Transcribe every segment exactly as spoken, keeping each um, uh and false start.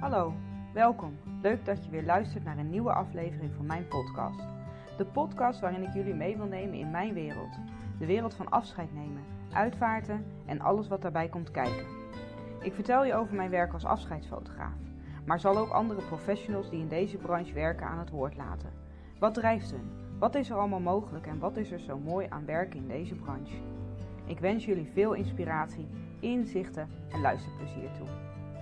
Hallo, welkom. Leuk dat je weer luistert naar een nieuwe aflevering van mijn podcast. De podcast waarin ik jullie mee wil nemen in mijn wereld. De wereld van afscheid nemen, uitvaarten en alles wat daarbij komt kijken. Ik vertel je over mijn werk als afscheidsfotograaf, maar zal ook andere professionals die in deze branche werken aan het woord laten. Wat drijft hun? Wat is er allemaal mogelijk en wat is er zo mooi aan werken in deze branche? Ik wens jullie veel inspiratie, inzichten en luisterplezier toe.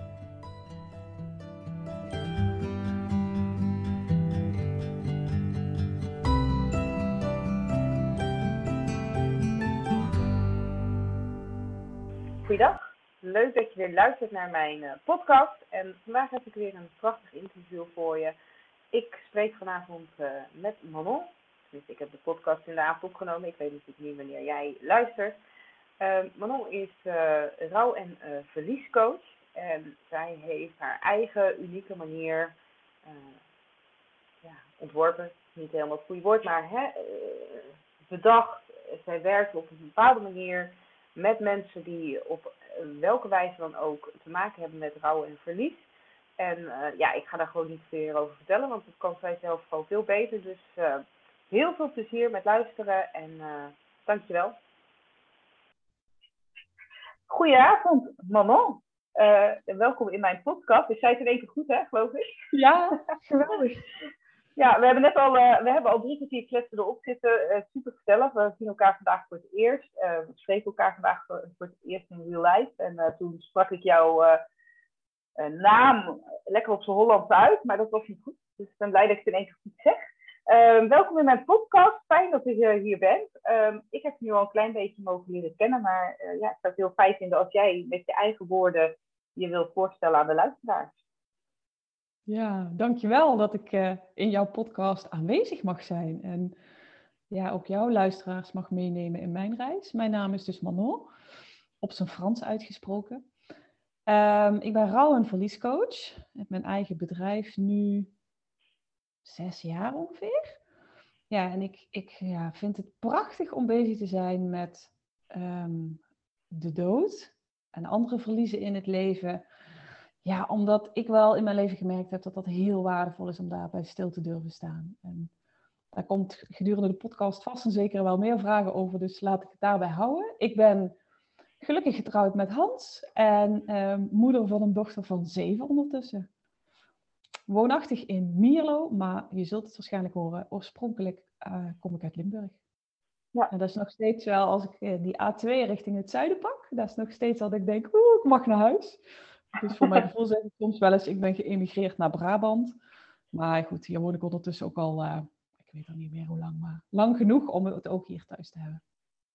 Goeiedag, leuk dat je weer luistert naar mijn uh, podcast. En vandaag heb ik weer een prachtig interview voor je. Ik spreek vanavond uh, met Manon. Dus ik heb de podcast in de avond opgenomen. Ik weet natuurlijk niet wanneer jij luistert. Uh, Manon is uh, rouw- en uh, verliescoach. En zij heeft haar eigen unieke manier uh, ja, ontworpen. Niet helemaal het goede woord, maar hè, uh, bedacht. Zij werkt op een bepaalde manier met mensen die op welke wijze dan ook te maken hebben met rouw en verlies. En uh, ja, ik ga daar gewoon niet meer over vertellen, want dat kan zij zelf gewoon veel beter. Dus uh, heel veel plezier met luisteren en uh, dankjewel. Goedenavond, Manon. Uh, welkom in mijn podcast. Ik zei het in één keer goed, hè, geloof ik? Ja, geweldig. Ja, we hebben net al, uh, we hebben al drie kwartier kletsen erop zitten. Uh, super gezellig. We zien elkaar vandaag voor het eerst. Uh, we spreken elkaar vandaag voor, voor het eerst in real life. En uh, toen sprak ik jouw uh, uh, naam lekker op zijn Hollands uit, maar dat was niet goed. Dus ik ben blij dat ik het in één keer goed zeg. Uh, welkom in mijn podcast. Fijn dat je uh, hier bent. Uh, ik heb je nu al een klein beetje mogen leren kennen, maar uh, ja, ik zou het heel fijn vinden als jij met je eigen woorden je wilt voorstellen aan de luisteraars. Ja, dankjewel dat ik uh, in jouw podcast aanwezig mag zijn. En ja, ook jouw luisteraars mag meenemen in mijn reis. Mijn naam is dus Manon, op zijn Frans uitgesproken. Um, ik ben rouw- en verliescoach. Ik heb mijn eigen bedrijf nu zes jaar ongeveer. Ja, en ik, ik ja, vind het prachtig om bezig te zijn met um, de dood en andere verliezen in het leven. Ja, omdat ik wel in mijn leven gemerkt heb dat dat heel waardevol is om daarbij stil te durven staan. En daar komt gedurende de podcast vast en zeker wel meer vragen over, dus laat ik het daarbij houden. Ik ben gelukkig getrouwd met Hans en eh, moeder van een dochter van zeven ondertussen. Woonachtig in Mierlo, maar je zult het waarschijnlijk horen, oorspronkelijk uh, kom ik uit Limburg. Ja. En dat is nog steeds wel, als ik uh, die A twee richting het zuiden pak, dat is nog steeds dat ik denk, oeh, ik mag naar huis. Dus voor mijn gevoel zeg ik soms wel eens, ik ben geëmigreerd naar Brabant. Maar goed, hier woon ik ondertussen ook al, uh, ik weet al niet meer hoe lang, maar lang genoeg om het ook hier thuis te hebben.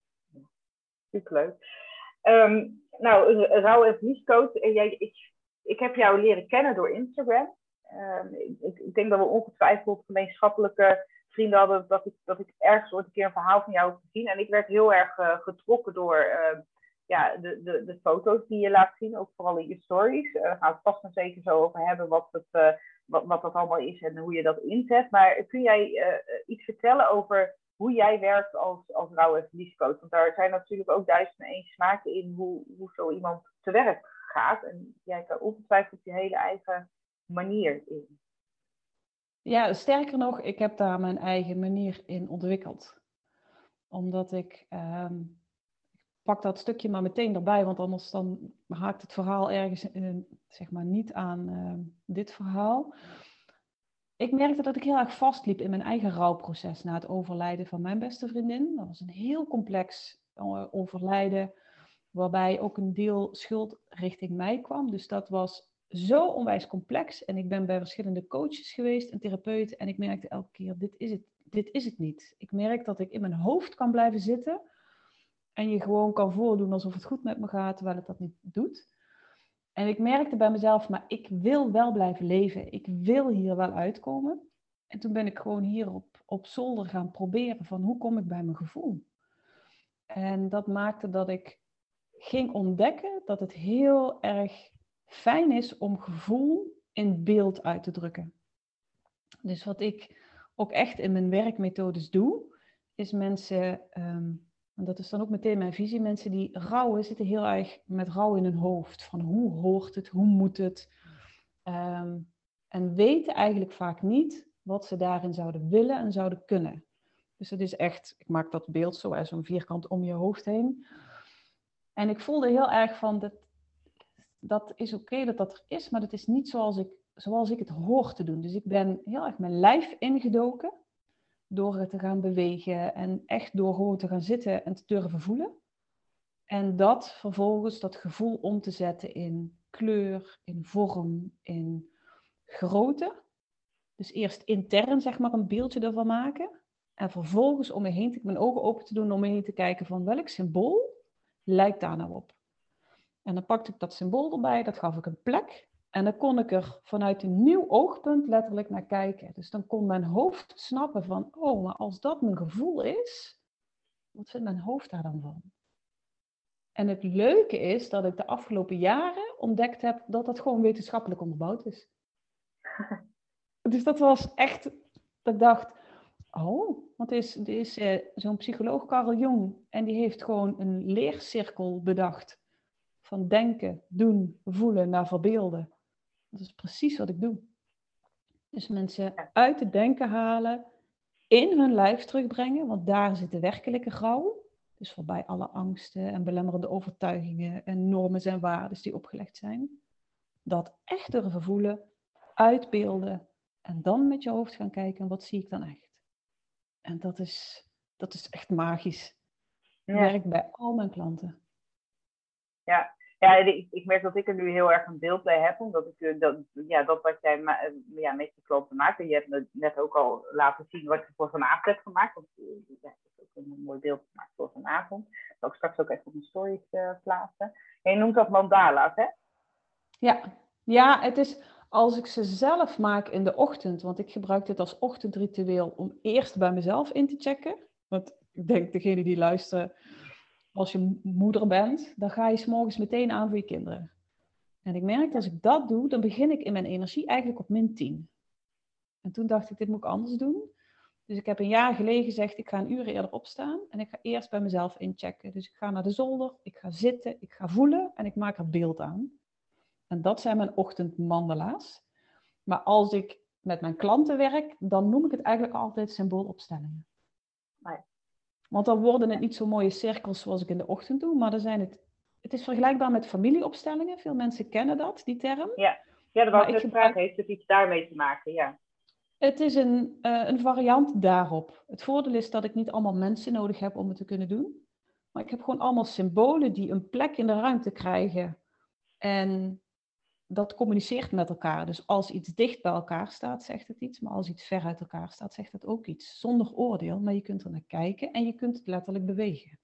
Superleuk. Um, nou, rouw- en verliescoach, ik, ik heb jou leren kennen door Instagram. Um, ik, ik denk dat we ongetwijfeld gemeenschappelijke vrienden hadden, dat ik, dat ik ergens ooit een keer een verhaal van jou heb gezien. En ik werd heel erg uh, getrokken door uh, ja, de, de, de foto's die je laat zien, ook vooral in je stories. Uh, daar gaan we het vast en zeker zo over hebben wat, het, uh, wat, wat dat allemaal is en hoe je dat inzet. Maar kun jij uh, iets vertellen over hoe jij werkt als, als rouw- en verliescoach? Want daar zijn natuurlijk ook duizend en één smaken in hoe, hoe zo iemand te werk gaat. En jij kan ongetwijfeld je hele eigen manier in. Ja, sterker nog, ik heb daar mijn eigen manier in ontwikkeld. Omdat ik, um, ik pak dat stukje maar meteen erbij, want anders dan haakt het verhaal ergens in, zeg maar niet aan uh, dit verhaal. Ik merkte dat ik heel erg vastliep in mijn eigen rouwproces na het overlijden van mijn beste vriendin. Dat was een heel complex uh, overlijden, waarbij ook een deel schuld richting mij kwam. Dus dat was zo onwijs complex. En ik ben bij verschillende coaches geweest, een therapeut. En ik merkte elke keer, dit is het, dit is het niet. Ik merk dat ik in mijn hoofd kan blijven zitten. En je gewoon kan voordoen alsof het goed met me gaat, terwijl het dat niet doet. En ik merkte bij mezelf, maar ik wil wel blijven leven. Ik wil hier wel uitkomen. En toen ben ik gewoon hier op, op zolder gaan proberen van hoe kom ik bij mijn gevoel. En dat maakte dat ik ging ontdekken dat het heel erg fijn is om gevoel in beeld uit te drukken. Dus wat ik ook echt in mijn werkmethodes doe, is mensen, um, en dat is dan ook meteen mijn visie, mensen die rouwen zitten heel erg met rouw in hun hoofd. Van hoe hoort het, hoe moet het? Um, en weten eigenlijk vaak niet wat ze daarin zouden willen en zouden kunnen. Dus het is echt, ik maak dat beeld zo, zo'n vierkant om je hoofd heen. En ik voelde heel erg van, dat, dat is oké okay dat dat er is, maar dat is niet zoals ik, zoals ik het hoor te doen. Dus ik ben heel erg mijn lijf ingedoken door het te gaan bewegen en echt door gewoon te gaan zitten en te durven voelen. En dat vervolgens, dat gevoel om te zetten in kleur, in vorm, in grootte. Dus eerst intern zeg maar een beeldje ervan maken. En vervolgens om me heen, mijn ogen open te doen, om me heen te kijken van welk symbool lijkt daar nou op. En dan pakte ik dat symbool erbij, dat gaf ik een plek. En dan kon ik er vanuit een nieuw oogpunt letterlijk naar kijken. Dus dan kon mijn hoofd snappen van, oh, maar als dat mijn gevoel is, wat vindt mijn hoofd daar dan van? En het leuke is dat ik de afgelopen jaren ontdekt heb dat dat gewoon wetenschappelijk onderbouwd is. Dus dat was echt, dat ik dacht, oh, want er is, er is eh, zo'n psycholoog, Carl Jung, en die heeft gewoon een leercirkel bedacht. Van denken, doen, voelen naar verbeelden. Dat is precies wat ik doe. Dus mensen uit het denken halen, in hun lijf terugbrengen, want daar zit de werkelijke grauw. Dus voorbij alle angsten en belemmerende overtuigingen en normen en waarden die opgelegd zijn. Dat echt durven voelen, uitbeelden en dan met je hoofd gaan kijken, wat zie ik dan echt? En dat is, dat is echt magisch. Ja. Werkt bij al mijn klanten. Ja. Ja, ik, ik merk dat ik er nu heel erg een beeld bij heb, omdat ik dat, ja, dat wat jij ma- ja, met je klanten maakt. En je hebt me net ook al laten zien wat je voor vanavond hebt gemaakt. Want ja, ik heb ook een mooi beeld gemaakt voor vanavond. Dat zal ik straks ook even op mijn stories uh, plaatsen. En je noemt dat mandala's, hè? Ja. ja, het is als ik ze zelf maak in de ochtend, want ik gebruik dit als ochtendritueel om eerst bij mezelf in te checken. Want ik denk, degene die luisteren, als je moeder bent, dan ga je 's morgens meteen aan voor je kinderen. En ik merk dat als ik dat doe, dan begin ik in mijn energie eigenlijk op min tien. En toen dacht ik, dit moet ik anders doen. Dus ik heb een jaar geleden gezegd, ik ga een uur eerder opstaan en ik ga eerst bij mezelf inchecken. Dus ik ga naar de zolder, ik ga zitten, ik ga voelen en ik maak er beeld aan. En dat zijn mijn ochtendmandala's. Maar als ik met mijn klanten werk, dan noem ik het eigenlijk altijd symboolopstellingen. Nee. Want dan worden het niet zo mooie cirkels zoals ik in de ochtend doe, maar dan zijn het... Het is vergelijkbaar met familieopstellingen. Veel mensen kennen dat, die term. Ja, ja dat was ik net gebruik... vraag. Heeft het iets daarmee te maken? Ja. Het is een, uh, een variant daarop. Het voordeel is dat ik niet allemaal mensen nodig heb om het te kunnen doen. Maar ik heb gewoon allemaal symbolen die een plek in de ruimte krijgen. En dat communiceert met elkaar. Dus als iets dicht bij elkaar staat, zegt het iets. Maar als iets ver uit elkaar staat, zegt het ook iets. Zonder oordeel, maar je kunt er naar kijken en je kunt het letterlijk bewegen.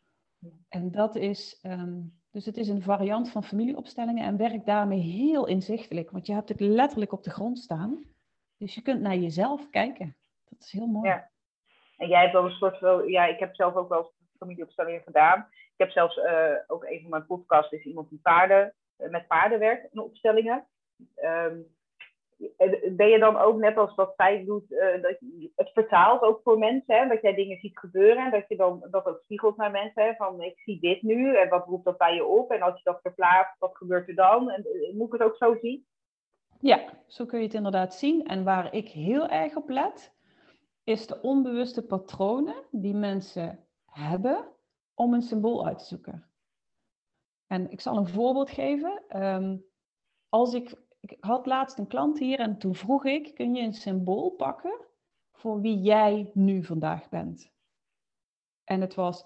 En dat is... Um, dus het is een variant van familieopstellingen en werkt daarmee heel inzichtelijk. Want je hebt het letterlijk op de grond staan. Dus je kunt naar jezelf kijken. Dat is heel mooi. Ja. En jij hebt wel een soort van... Ja, ik heb zelf ook wel familieopstellingen gedaan. Ik heb zelfs uh, ook een van mijn podcasts is iemand die paarden, uh, met paarden werkt in opstellingen. Um, ben je dan ook net als wat zij doet, uh, dat je het vertaalt ook voor mensen, hè? Dat jij dingen ziet gebeuren en dat je dan dat ook spiegelt naar mensen, hè? Van ik zie dit nu en wat roept dat bij je op en als je dat verplaatst, wat gebeurt er dan? En, uh, moet ik het ook zo zien? Ja, zo kun je het inderdaad zien. En waar ik heel erg op let, is de onbewuste patronen die mensen hebben om een symbool uit te zoeken. En ik zal een voorbeeld geven. Um, als ik, ik had laatst een klant hier en toen vroeg ik, kun je een symbool pakken voor wie jij nu vandaag bent? En het was...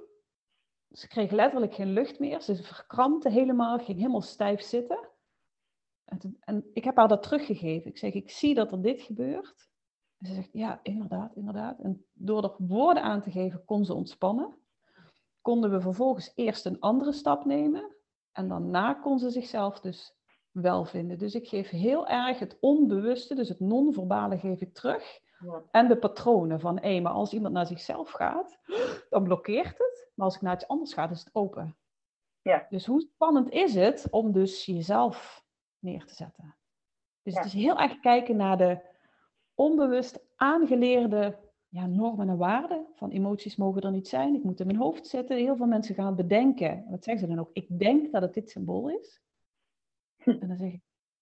Ze kreeg letterlijk geen lucht meer. Ze verkrampte helemaal, ging helemaal stijf zitten. En, toen, en ik heb haar dat teruggegeven. Ik zeg, ik zie dat er dit gebeurt. En ze zegt, ja, inderdaad, inderdaad. En door er woorden aan te geven, kon ze ontspannen. Konden we vervolgens eerst een andere stap nemen. En daarna kon ze zichzelf dus wel vinden. Dus ik geef heel erg het onbewuste, dus het non-verbale geef ik terug. Ja. En de patronen van, hé, maar als iemand naar zichzelf gaat, dan blokkeert het. Maar als ik naar iets anders ga, is het open. Ja. Dus hoe spannend is het om dus jezelf neer te zetten? Dus ja. Het is heel erg kijken naar de onbewust aangeleerde ja, normen en waarden. Van emoties mogen er niet zijn, ik moet in mijn hoofd zitten. Heel veel mensen gaan bedenken, wat zeggen ze dan ook? Ik denk dat het dit symbool is. En dan zeg ik,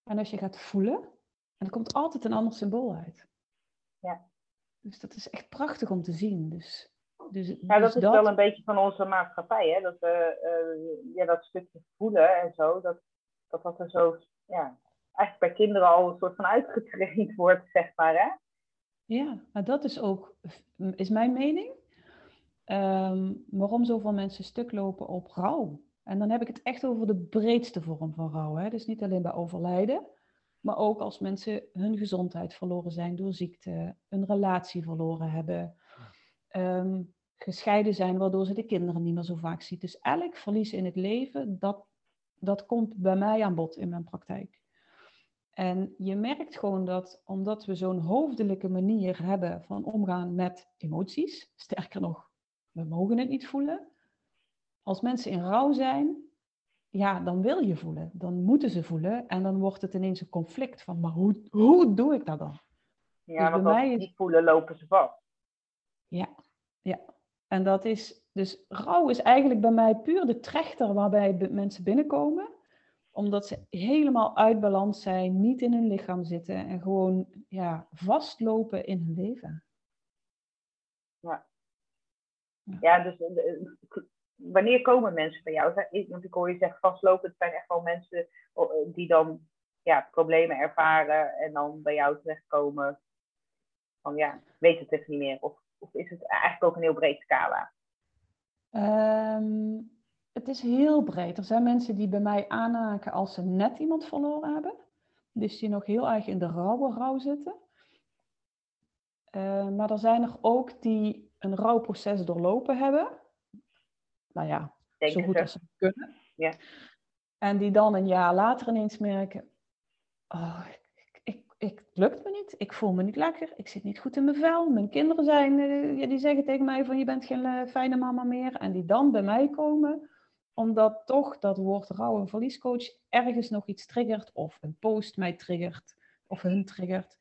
En als je gaat voelen, en er komt altijd een ander symbool uit. Ja. Dus dat is echt prachtig om te zien. Dus, dus, Ja, dus dat is dat... wel een beetje van onze maatschappij, hè? Dat, uh, uh, ja, dat stukje voelen en zo, dat dat, dat er zo, ja, eigenlijk bij kinderen al een soort van uitgetraind wordt, zeg maar, hè? Ja, maar dat is ook, is mijn mening, um, waarom zoveel mensen stuk lopen op rouw. En dan heb ik het echt over de breedste vorm van rouw. Hè? Dus niet alleen bij overlijden, maar ook als mensen hun gezondheid verloren zijn door ziekte, een relatie verloren hebben, um, gescheiden zijn waardoor ze de kinderen niet meer zo vaak ziet. Dus elk verlies in het leven, dat, dat komt bij mij aan bod in mijn praktijk. En je merkt gewoon dat, omdat we zo'n hoofdelijke manier hebben van omgaan met emoties, sterker nog, we mogen het niet voelen. Als mensen in rouw zijn, ja, dan wil je voelen. Dan moeten ze voelen. En dan wordt het ineens een conflict van, maar hoe, hoe doe ik dat dan? Ja, dus want bij als mij ze is... niet voelen, lopen ze vast. Ja, ja. En dat is, dus rouw is eigenlijk bij mij puur de trechter waarbij mensen binnenkomen, omdat ze helemaal uit balans zijn, niet in hun lichaam zitten en gewoon ja, vastlopen in hun leven. Ja, ja dus uh, wanneer komen mensen bij jou? Want ik hoor je zeggen vastlopen, het zijn echt wel mensen die dan ja, problemen ervaren en dan bij jou terechtkomen van ja, ik weet het even niet meer. Of, of is het eigenlijk ook een heel breed scala? Um, het is heel breed. Er zijn mensen die bij mij aanhaken als ze net iemand verloren hebben. Dus die nog heel erg in de rauwe rouw zitten. Uh, maar er zijn er ook die een rouwproces doorlopen hebben. Nou ja, Denken zo goed ze. als ze kunnen. Ja. En die dan een jaar later ineens merken... Oh, ik, ik, ik, het lukt me niet. Ik voel me niet lekker. Ik zit niet goed in mijn vel. Mijn kinderen zijn, uh, die zeggen tegen mij van je bent geen uh, fijne mama meer. En die dan bij mij komen, omdat toch dat woord rouw- en verliescoach ergens nog iets triggert. Of een post mij triggert. Of hun triggert.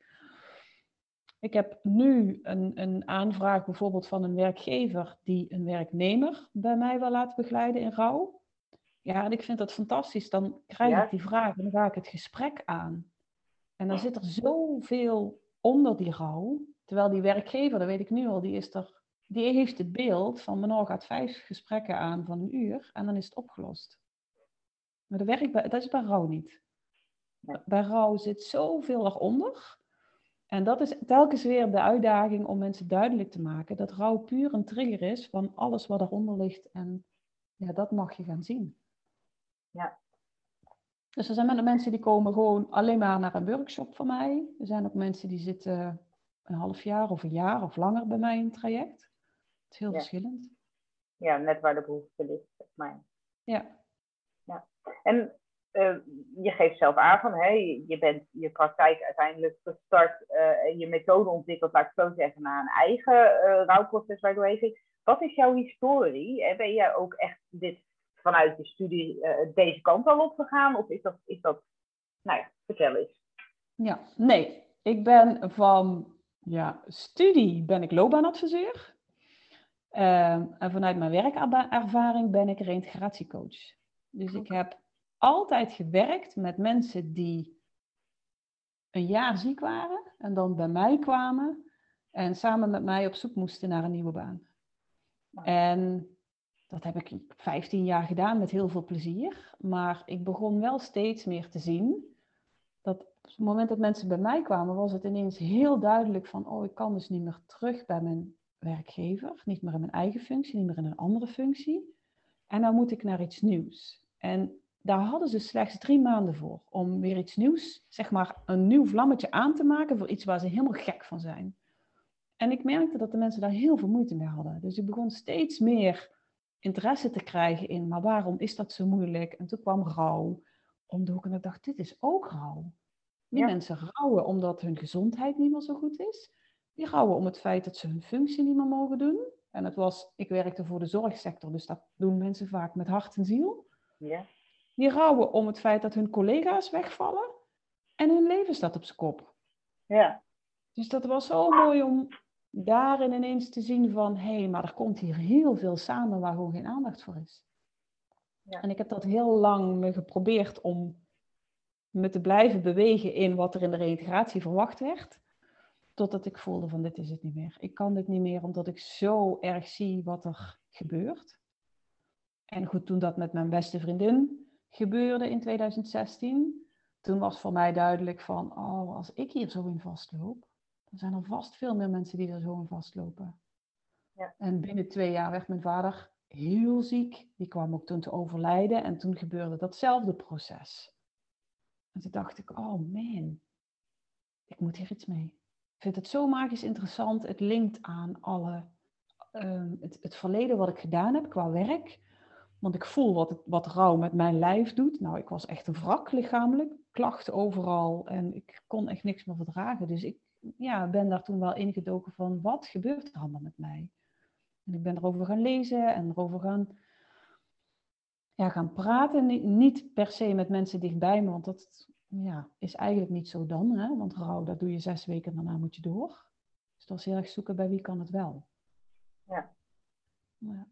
Ik heb nu een, een aanvraag bijvoorbeeld van een werkgever die een werknemer bij mij wil laten begeleiden in rouw. Ja, en ik vind dat fantastisch. Dan krijg Ja. ik die vraag en dan ga ik het gesprek aan. En dan zit er zoveel onder die rouw. Terwijl die werkgever, dat weet ik nu al, die, is er, die heeft het beeld van Menor gaat vijf gesprekken aan van een uur en dan is het opgelost. Maar dat, werkt bij, dat is bij rouw niet. Nee. Bij rouw zit zoveel eronder. En dat is telkens weer de uitdaging om mensen duidelijk te maken dat rouw puur een trigger is van alles wat eronder ligt. En ja, dat mag je gaan zien. Ja. Dus er zijn mensen die komen gewoon alleen maar naar een workshop van mij. Er zijn ook mensen die zitten een half jaar of een jaar of langer bij mij in het traject. Het is heel ja. verschillend. Ja, net waar de behoefte ligt, zeg maar. Ja. Ja. En uh, je geeft zelf aan van, hè, je bent je praktijk uiteindelijk gestart uh, en je methode ontwikkeld, laat ik zo zeggen, naar een eigen uh, rouwproces waar je doorheen ging. Wat is jouw historie? Ben jij ook echt dit vanuit je studie uh, deze kant al opgegaan? Of is dat, is dat, nou ja, vertel eens. Ja, nee. Ik ben van ja, studie ben ik loopbaanadviseur. Uh, en vanuit mijn werkervaring ben ik reintegratiecoach. Dus ik heb altijd gewerkt met mensen die een jaar ziek waren en dan bij mij kwamen en samen met mij op zoek moesten naar een nieuwe baan. En dat heb ik vijftien jaar gedaan met heel veel plezier. Maar ik begon wel steeds meer te zien dat op het moment dat mensen bij mij kwamen, was het ineens heel duidelijk van, oh, ik kan dus niet meer terug bij mijn werkgever, niet meer in mijn eigen functie, niet meer in een andere functie. En dan moet ik naar iets nieuws. En daar hadden ze slechts drie maanden voor om weer iets nieuws, zeg maar een nieuw vlammetje aan te maken voor iets waar ze helemaal gek van zijn. En ik merkte dat de mensen daar heel veel moeite mee hadden. Dus ik begon steeds meer interesse te krijgen in, maar waarom is dat zo moeilijk? En toen kwam rouw om de hoek en ik dacht, dit is ook rouw. Die ja. mensen rouwen omdat hun gezondheid niet meer zo goed is. Die rouwen om het feit dat ze hun functie niet meer mogen doen. En het was, ik werkte voor de zorgsector, dus dat doen mensen vaak met hart en ziel. Ja. Die rouwen om het feit dat hun collega's wegvallen en hun leven staat op zijn kop. Ja. Dus dat was zo mooi om daarin ineens te zien van, hé, hey, maar er komt hier heel veel samen waar gewoon geen aandacht voor is. Ja. En ik heb dat heel lang me geprobeerd om me te blijven bewegen in wat er in de reïntegratie verwacht werd. Totdat ik voelde van dit is het niet meer. Ik kan dit niet meer omdat ik zo erg zie wat er gebeurt. En goed, toen dat met mijn beste vriendin gebeurde in tweeduizend zestien, toen was voor mij duidelijk van, oh, als ik hier zo in vastloop, dan zijn er vast veel meer mensen die er zo in vastlopen. Ja. En binnen twee jaar werd mijn vader heel ziek. Die kwam ook toen te overlijden en toen gebeurde datzelfde proces. En toen dacht ik, oh man, ik moet hier iets mee. Ik vind het zo magisch interessant. Het linkt aan alle, uh, het, het verleden wat ik gedaan heb qua werk. Want ik voel wat, het, wat rouw met mijn lijf doet. Nou, ik was echt een wrak lichamelijk. Klachten overal. En ik kon echt niks meer verdragen. Dus ik ja, ben daar toen wel ingedoken van, wat gebeurt er allemaal met mij? En ik ben erover gaan lezen en erover gaan, ja, gaan praten. Niet, niet per se met mensen dichtbij me, want dat ja, is eigenlijk niet zo dan. Hè? Want rouw, dat doe je zes weken en daarna moet je door. Dus dat was heel erg zoeken bij wie kan het wel. Ja. Ja.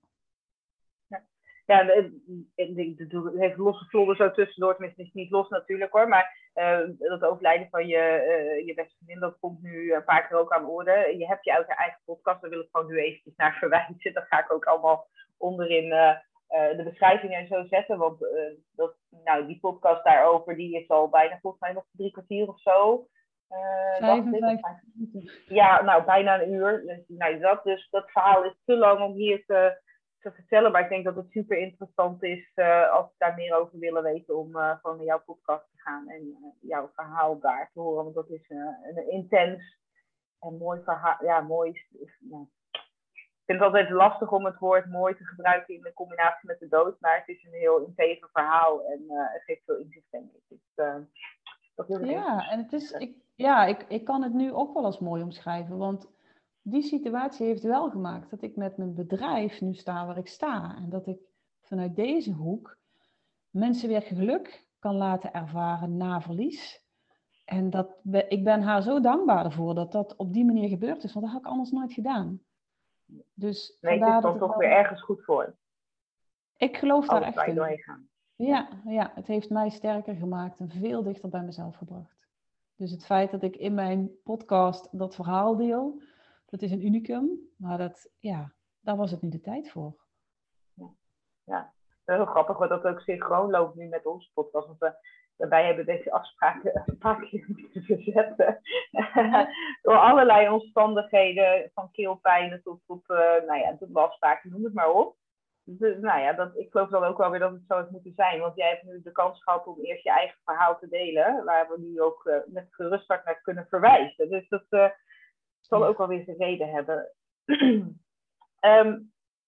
Ja, het heeft losse vlodder zo tussendoor, tenminste het is niet los natuurlijk hoor, maar uh, dat overlijden van je, uh, je beste vriendin, dat komt nu een paar keer ook aan orde. Je hebt je eigen podcast, daar wil ik gewoon nu eventjes naar verwijzen. Dat ga ik ook allemaal onderin uh, uh, de beschrijving en zo zetten, want uh, dat, nou, die podcast daarover, die is al bijna volgens mij nog drie kwartier of zo. Uh, vijfenvijftig minuten. Ja, nou bijna een uur. Nou, dat, dus dat verhaal is te lang om hier te... te vertellen, maar ik denk dat het super interessant is uh, als we daar meer over willen weten om uh, gewoon naar jouw podcast te gaan en uh, jouw verhaal daar te horen, want dat is uh, een intens en mooi verhaal, ja mooi, ja. Ik vind het altijd lastig om het woord mooi te gebruiken in de combinatie met de dood, maar het is een heel integer verhaal en uh, het geeft veel inzicht denk ik. Dus, uh, dat is ja, en het is, ik, ja, ik, ik kan het nu ook wel als mooi omschrijven, want die situatie heeft wel gemaakt dat ik met mijn bedrijf nu sta waar ik sta. En dat ik vanuit deze hoek mensen weer geluk kan laten ervaren na verlies. En dat, ik ben haar zo dankbaar ervoor dat dat op die manier gebeurd is. Want dat had ik anders nooit gedaan. Dus nee, het is dan toch weer ergens goed voor. Ik geloof daar echt in. Doorheen gaan. Ja, ja, het heeft mij sterker gemaakt en veel dichter bij mezelf gebracht. Dus het feit dat ik in mijn podcast dat verhaal deel... Dat is een unicum, maar dat, ja, daar was het nu de tijd voor. Ja, ja. Dat is heel grappig, want dat ook synchroon loopt nu met onze podcast. Want we, daarbij hebben deze afspraken een paar keer moeten verzetten. Ja. Door allerlei omstandigheden, van keelpijnen tot, tot uh, nou ja, tot afspraken, noem het maar op. Dus, nou ja, dat, ik geloof dan ook wel weer dat het zo had moeten zijn. Want jij hebt nu de kans gehad om eerst je eigen verhaal te delen. Waar we nu ook uh, met gerust hart naar kunnen verwijzen. Dus dat... Uh, zal ook wel weer zijn reden hebben. um,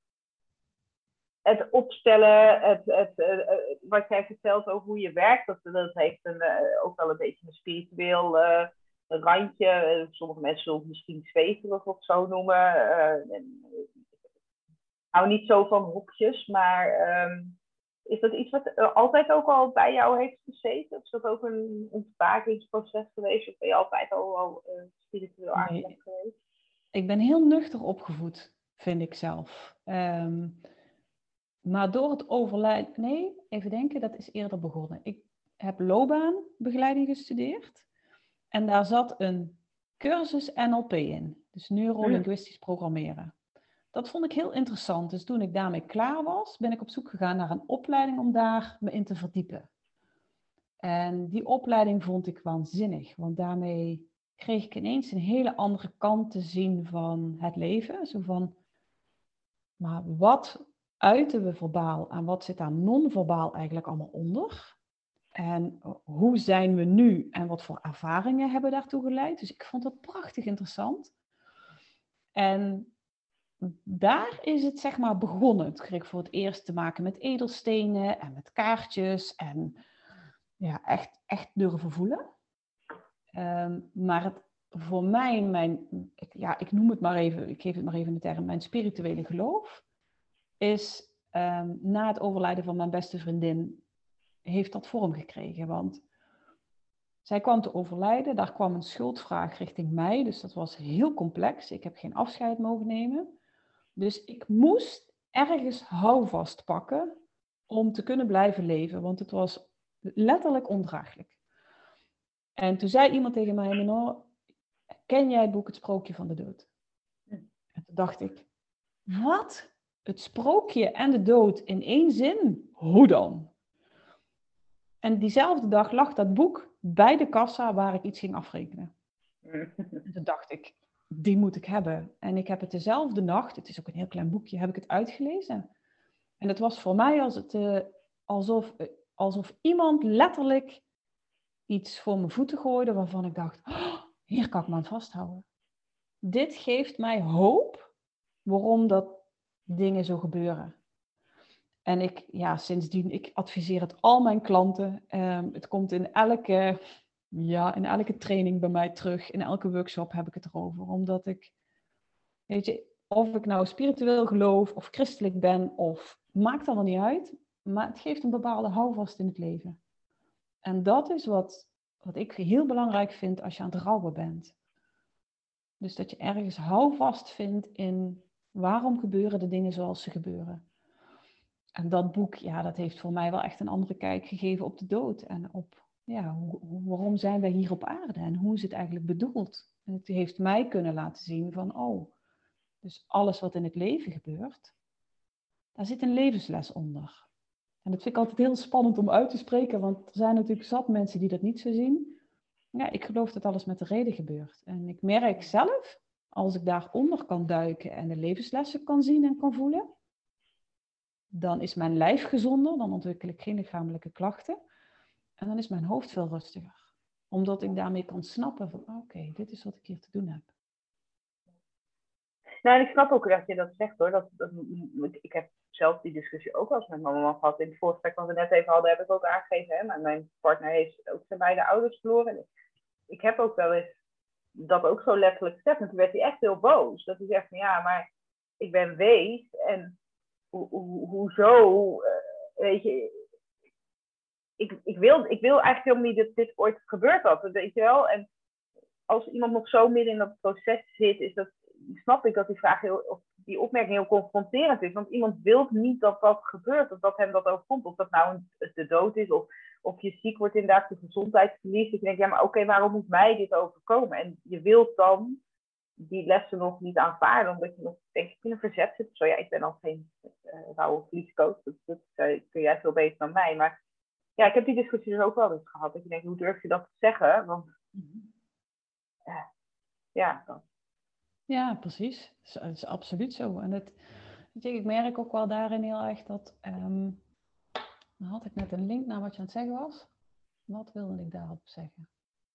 het opstellen, het, het, uh, wat jij vertelt over hoe je werkt, dat, dat heeft een, uh, ook wel een beetje een spiritueel uh, randje. Uh, sommige mensen zullen het misschien zweverig of zo noemen. Uh, en, ik hou niet zo van hokjes, maar um, is dat iets wat uh, altijd ook al bij jou heeft gezeten? Of is dat ook een ontwakingsproces geweest? Of ben je altijd al, al uh, spiritueel aangelegd nee. geweest? Ik ben heel nuchter opgevoed, vind ik zelf. Um, maar door het overlijden... Nee, even denken, dat is eerder begonnen. Ik heb loopbaanbegeleiding gestudeerd. En daar zat een cursus N L P in. Dus neurolinguistisch programmeren. Dat vond ik heel interessant. Dus toen ik daarmee klaar was, ben ik op zoek gegaan naar een opleiding om daar me in te verdiepen. En die opleiding vond ik waanzinnig. Want daarmee kreeg ik ineens een hele andere kant te zien van het leven. Zo van, maar wat uiten we verbaal en wat zit daar non-verbaal eigenlijk allemaal onder? En hoe zijn we nu en wat voor ervaringen hebben daartoe geleid? Dus ik vond dat prachtig interessant. En daar is het zeg maar begonnen. Toen kreeg ik voor het eerst te maken met edelstenen en met kaartjes. En ja, echt, echt durven voelen. Um, maar het, voor mij, mijn, ik, ja, ik noem het maar even, ik geef het maar even de term, mijn spirituele geloof, is um, na het overlijden van mijn beste vriendin, heeft dat vorm gekregen. Want zij kwam te overlijden, daar kwam een schuldvraag richting mij, dus dat was heel complex. Ik heb geen afscheid mogen nemen. Dus ik moest ergens houvast pakken om te kunnen blijven leven, want het was letterlijk ondraaglijk. En toen zei iemand tegen mij, Manon, ken jij het boek Het Sprookje van de Dood? En toen dacht ik, wat? Het sprookje en de dood in één zin? Hoe dan? En diezelfde dag lag dat boek bij de kassa waar ik iets ging afrekenen. En toen dacht ik, die moet ik hebben. En ik heb het dezelfde nacht, het is ook een heel klein boekje, heb ik het uitgelezen. En het was voor mij als het, uh, alsof, uh, alsof iemand letterlijk iets voor mijn voeten gooide waarvan ik dacht, oh, hier kan ik me aan vasthouden. Dit geeft mij hoop waarom dat dingen zo gebeuren. En ik, ja, sindsdien, ik adviseer het al mijn klanten. Um, het komt in elke, ja, in elke training bij mij terug. In elke workshop heb ik het erover. Omdat ik, weet je, of ik nou spiritueel geloof of christelijk ben, of maakt allemaal niet uit. Maar het geeft een bepaalde houvast in het leven. En dat is wat, wat ik heel belangrijk vind als je aan het rouwen bent. Dus dat je ergens houvast vindt in waarom gebeuren de dingen zoals ze gebeuren. En dat boek, ja, dat heeft voor mij wel echt een andere kijk gegeven op de dood. En op, ja, hoe, hoe, waarom zijn wij hier op aarde? En hoe is het eigenlijk bedoeld? En het heeft mij kunnen laten zien van, oh, dus alles wat in het leven gebeurt, daar zit een levensles onder. En dat vind ik altijd heel spannend om uit te spreken, want er zijn natuurlijk zat mensen die dat niet zo zien. Ja, ik geloof dat alles met de reden gebeurt. En ik merk zelf, als ik daaronder kan duiken en de levenslessen kan zien en kan voelen, dan is mijn lijf gezonder, dan ontwikkel ik geen lichamelijke klachten. En dan is mijn hoofd veel rustiger. Omdat ik daarmee kan snappen van, oké, okay, dit is wat ik hier te doen heb. Nou, en ik snap ook dat je dat zegt hoor. Dat, dat, ik heb zelf die discussie ook wel eens met mama gehad. In het voorgesprek wat we net even hadden, heb ik ook aangegeven. Hè? Maar mijn partner heeft ook zijn beide ouders verloren. Ik heb ook wel eens dat ook zo letterlijk gezegd. En toen werd hij echt heel boos. Dat hij zegt van ja, maar ik ben wees. En ho, ho, hoezo, uh, weet je... Ik, ik, wil, ik wil eigenlijk helemaal niet dat dit ooit gebeurd had, weet je wel. En als iemand nog zo midden in dat proces zit, is dat, snap ik dat die vraag heel, of die opmerking heel confronterend is. Want iemand wil niet dat dat gebeurt, of dat hem dat overkomt. Of dat nou een, de dood is, of, of je ziek wordt inderdaad, de gezondheid verliest. Dat je denkt, ja, maar oké, okay, waarom moet mij dit overkomen? En je wilt dan die lessen nog niet aanvaarden, omdat je nog, denk ik, in een verzet zit. Zo ja, ik ben al geen uh, rauwe verliescoach, dat, dat uh, kun jij veel beter dan mij. Maar ja, ik heb die discussie dus ook wel eens gehad. Dat je denkt, hoe durf je dat te zeggen? Want uh, ja, dan. Ja, precies. Dat is, is absoluut zo. En het, weet je, ik merk ook wel daarin heel erg dat... Um, dan had ik net een link naar wat je aan het zeggen was. Wat wilde ik daarop zeggen?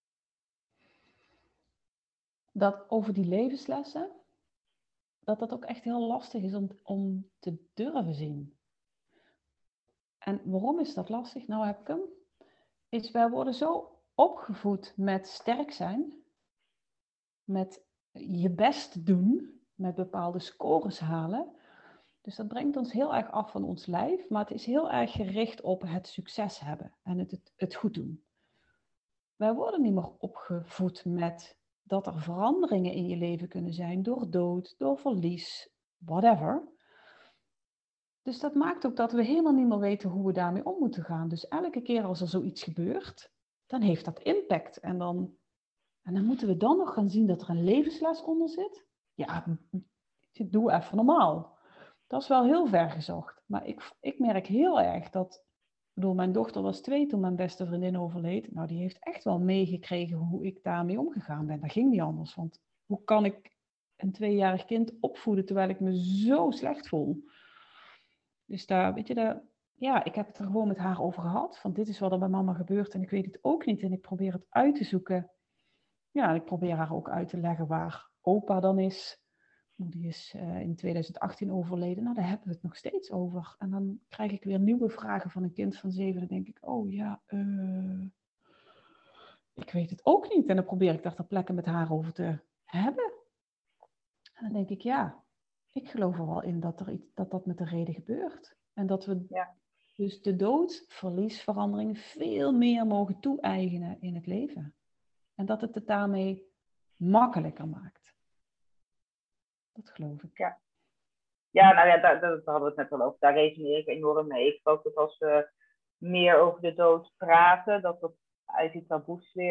Dat over die levenslessen, dat dat ook echt heel lastig is om, om te durven zien. En waarom is dat lastig? Nou heb ik hem. Is, wij worden zo opgevoed met sterk zijn, met je best doen, met bepaalde scores halen. Dus dat brengt ons heel erg af van ons lijf, maar het is heel erg gericht op het succes hebben en het, het, het goed doen. Wij worden niet meer opgevoed met dat er veranderingen in je leven kunnen zijn door dood, door verlies, whatever. Dus dat maakt ook dat we helemaal niet meer weten hoe we daarmee om moeten gaan. Dus elke keer als er zoiets gebeurt, dan heeft dat impact. En dan, en dan moeten we dan nog gaan zien dat er een levensles onder zit. Ja, doe even normaal. Dat is wel heel ver gezocht. Maar ik, ik merk heel erg dat... Ik bedoel, mijn dochter was twee toen mijn beste vriendin overleed. Nou, die heeft echt wel meegekregen hoe ik daarmee omgegaan ben. Dat ging niet anders. Want hoe kan ik een tweejarig kind opvoeden terwijl ik me zo slecht voel? Dus daar, weet je, daar, ja, ik heb het er gewoon met haar over gehad. Van dit is wat er bij mama gebeurt en ik weet het ook niet. En ik probeer het uit te zoeken. Ja, en ik probeer haar ook uit te leggen waar opa dan is. Die is uh, in twintig achttien overleden. Nou, daar hebben we het nog steeds over. En dan krijg ik weer nieuwe vragen van een kind van zeven. Dan denk ik, oh ja, uh, ik weet het ook niet. En dan probeer ik daar ter plekke met haar over te hebben. En dan denk ik, ja, ik geloof er wel in dat er iets, dat, dat met de reden gebeurt. En dat we ja. dus de dood, verlies, verandering veel meer mogen toe-eigenen in het leven. En dat het het daarmee makkelijker maakt. Dat geloof ik. Ja, ja nou ja, daar, daar hadden we het net al over. Daar resoneer ik enorm mee. Ik geloof dat als we meer over de dood praten, dat dat uit die taboes weer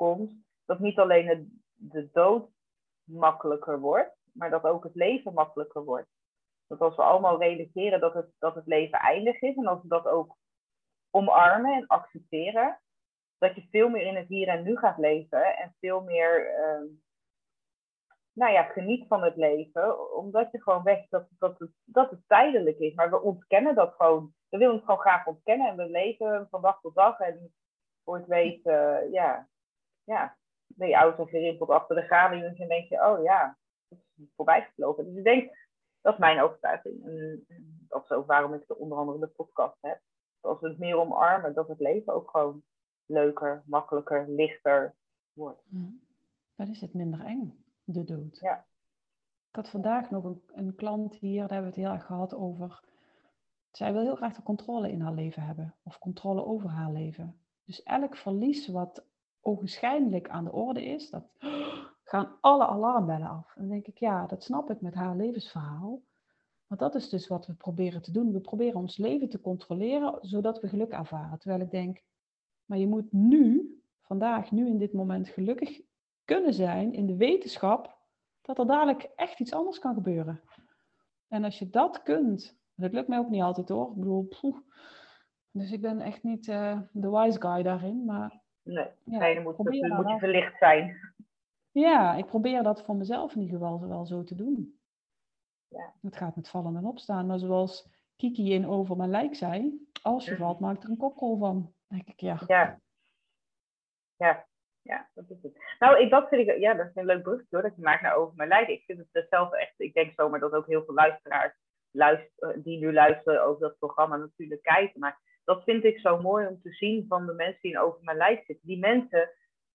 komt, dat niet alleen het, de dood makkelijker wordt, maar dat ook het leven makkelijker wordt. Dat als we allemaal realiseren dat het, dat het leven eindig is en als we dat ook omarmen en accepteren, dat je veel meer in het hier en nu gaat leven en veel meer uh, nou ja, geniet van het leven, omdat je gewoon weet dat, dat, het, dat het tijdelijk is. Maar we ontkennen dat gewoon. We willen het gewoon graag ontkennen en we leven van dag tot dag en voor het weet, uh, ja, ja, ben je auto gerimpeld achter de galions en denk je, oh ja, het is voorbij gevlogen. Dus ik denk, dat is mijn overtuiging. En dat is ook waarom ik onder andere de podcast heb. Als we het meer omarmen, dat het leven ook gewoon leuker, makkelijker, lichter wordt. Dan is het minder eng, de dood. Ja. Ik had vandaag nog een, een klant hier, daar hebben we het heel erg gehad over. Zij wil heel graag de controle in haar leven hebben. Of controle over haar leven. Dus elk verlies wat ogenschijnlijk aan de orde is, dat gaan alle alarmbellen af. En dan denk ik, ja, dat snap ik met haar levensverhaal. Want dat is dus wat we proberen te doen. We proberen ons leven te controleren, zodat we geluk ervaren. Terwijl ik denk, maar je moet nu, vandaag, nu in dit moment gelukkig kunnen zijn in de wetenschap dat er dadelijk echt iets anders kan gebeuren. En als je dat kunt, dat lukt mij ook niet altijd hoor. Ik bedoel, poeh. Dus ik ben echt niet uh, de wise guy daarin, maar nee, ja, nee, dan moet, dat, dan moet je verlicht zijn. Ja, ik probeer dat voor mezelf in ieder geval wel zo te doen. Ja. Het gaat met vallen en opstaan, maar zoals Kiki in Over mijn lijk zei, als je valt, maak er een koprol van. Dan denk ik, ja. Ja. Ja. Ja, dat is het. Nou, ik, dat vind ik, ja, dat is een leuk bruggetje hoor, dat je maakt naar Over mijn lijk. Ik vind het zelf echt, ik denk zomaar dat ook heel veel luisteraars luisteren, die nu luisteren over dat programma natuurlijk kijken. Maar dat vind ik zo mooi om te zien van de mensen die in Over mijn lijk zitten. Die mensen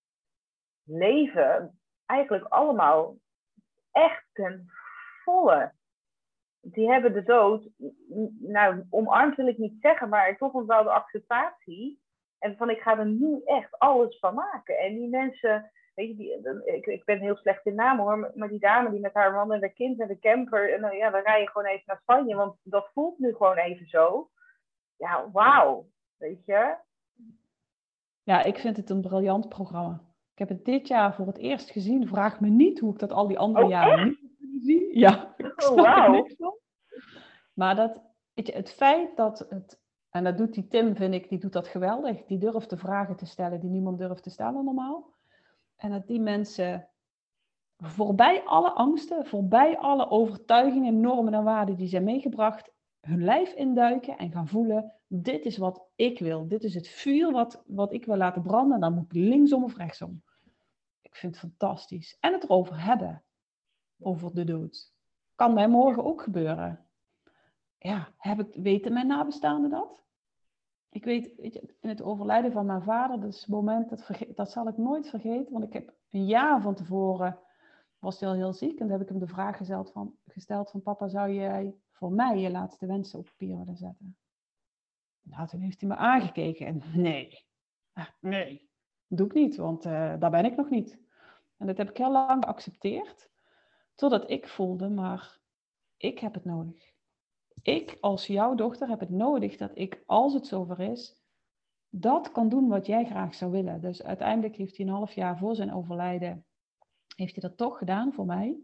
leven eigenlijk allemaal echt ten volle. Die hebben de dood, nou, omarmd wil ik niet zeggen, maar toch wel de acceptatie. En van, ik ga er nu echt alles van maken. En die mensen, weet je, die, ik, ik ben heel slecht in namen hoor, maar die dame die met haar man en haar kind en de camper, en dan, ja, dan rij je gewoon even naar Spanje, want dat voelt nu gewoon even zo. Ja, wauw, weet je. Ja, ik vind het een briljant programma. Ik heb het dit jaar voor het eerst gezien. Vraag me niet hoe ik dat al die andere oh, jaren echt? niet heb gezien. Ja, ik snap oh, wow. er niks van. Maar dat, weet je, het feit dat het, en dat doet die Tim, vind ik, die doet dat geweldig. Die durft de vragen te stellen die niemand durft te stellen normaal. En dat die mensen voorbij alle angsten, voorbij alle overtuigingen, normen en waarden die zijn meegebracht, hun lijf induiken en gaan voelen, dit is wat ik wil. Dit is het vuur wat, wat ik wil laten branden. Dan moet ik linksom of rechtsom. Ik vind het fantastisch. En het erover hebben. Over de dood. Kan mij morgen ook gebeuren. Ja, heb ik, weten mijn nabestaanden dat? Ik weet, weet je, in het overlijden van mijn vader, dat is het moment, dat, verge- dat zal ik nooit vergeten. Want ik heb een jaar van tevoren, was hij al heel ziek. En toen heb ik hem de vraag gesteld van, gesteld van papa, zou jij voor mij je laatste wensen op papier willen zetten? Nou, toen heeft hij me aangekeken en nee, nee, dat doe ik niet, want uh, daar ben ik nog niet. En dat heb ik heel lang geaccepteerd, totdat ik voelde, maar ik heb het nodig. Ik als jouw dochter heb het nodig dat ik, als het zover is, dat kan doen wat jij graag zou willen. Dus uiteindelijk heeft hij een half jaar voor zijn overlijden, heeft hij dat toch gedaan voor mij.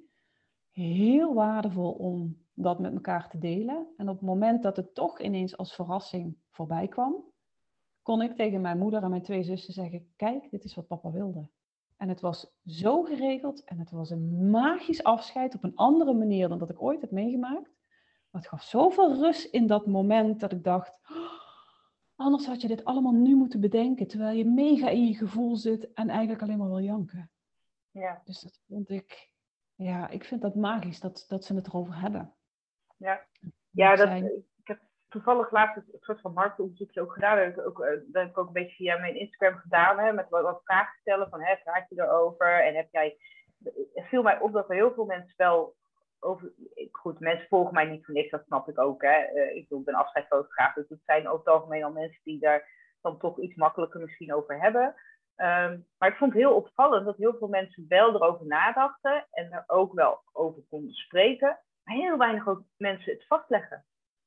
Heel waardevol om dat met elkaar te delen. En op het moment dat het toch ineens als verrassing voorbij kwam, kon ik tegen mijn moeder en mijn twee zussen zeggen, kijk, dit is wat papa wilde. En het was zo geregeld en het was een magisch afscheid op een andere manier dan dat ik ooit heb meegemaakt. Maar het gaf zoveel rust in dat moment dat ik dacht, oh, anders had je dit allemaal nu moeten bedenken, terwijl je mega in je gevoel zit en eigenlijk alleen maar wil janken. Ja. Dus dat vond ik, ja, ik vind dat magisch dat, dat ze het erover hebben. Ja, ja dat, zijn... ik heb toevallig laatst een soort van marktonderzoekje ook gedaan. Dat heb ik ook, dat heb ik ook een beetje via mijn Instagram gedaan, hè, met wat, wat vragen stellen van, hè, praat je erover? En heb jij, het viel mij op dat er heel veel mensen wel over, goed, mensen volgen mij niet voor niks, dat snap ik ook, hè. Uh, ik, ik ben afscheidsfotograaf, dus het zijn over het algemeen al mensen die daar dan toch iets makkelijker misschien over hebben. Um, maar ik vond het heel opvallend dat heel veel mensen wel erover nadachten en er ook wel over konden spreken. Maar heel weinig ook mensen het vastleggen.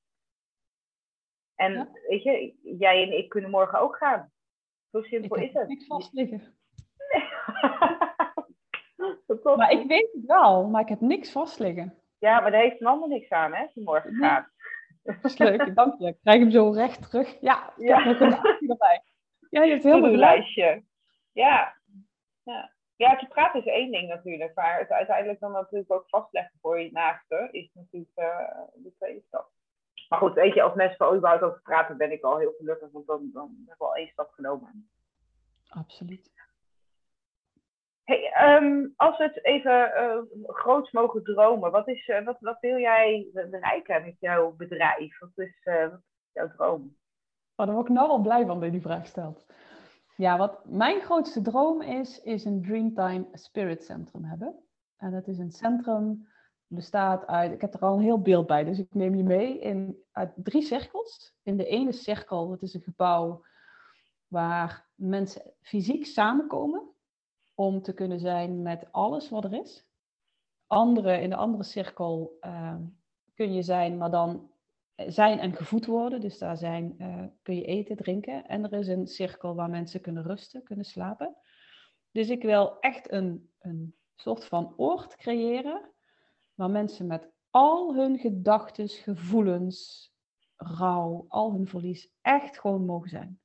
En ja. Weet je, jij en ik kunnen morgen ook gaan. Zo simpel ik is het. Ik niks vastliggen. Nee. Maar ik weet het wel, maar ik heb niks vast liggen. Ja, maar daar heeft een ander niks aan, hè, als je morgen Nee. gaat. Dat is leuk, dank je. Ik krijg hem zo recht terug. Ja, ik Ja. heb nog een actie erbij. Ja, je hebt helemaal gelijk. To-do-lijstje. Ja. Ja. Ja, te praten is één ding natuurlijk, maar het uiteindelijk dan natuurlijk ook vastleggen voor je naaste is natuurlijk uh, de tweede stap. Maar goed, weet je, als mensen van überhaupt over praten, ben ik al heel gelukkig, want dan, dan hebben we al één stap genomen. Absoluut. Hey, um, als we het even uh, groots mogen dromen, wat, is, uh, wat, wat wil jij bereiken met jouw bedrijf? Wat is, uh, wat is jouw droom? Oh, daar word ik nou al blij van dat je die vraag stelt. Ja, wat mijn grootste droom is, is een Dreamtime Spirit Centrum hebben. En dat is een centrum, bestaat uit, ik heb er al een heel beeld bij, dus ik neem je mee, in, uit drie cirkels. In de ene cirkel, dat is een gebouw waar mensen fysiek samenkomen om te kunnen zijn met alles wat er is. Andere, in de andere cirkel uh, kun je zijn, maar dan zijn en gevoed worden. Dus daar zijn, uh, kun je eten, drinken. En er is een cirkel waar mensen kunnen rusten, kunnen slapen. Dus ik wil echt een, een soort van oord creëren waar mensen met al hun gedachten, gevoelens, rouw, al hun verlies echt gewoon mogen zijn.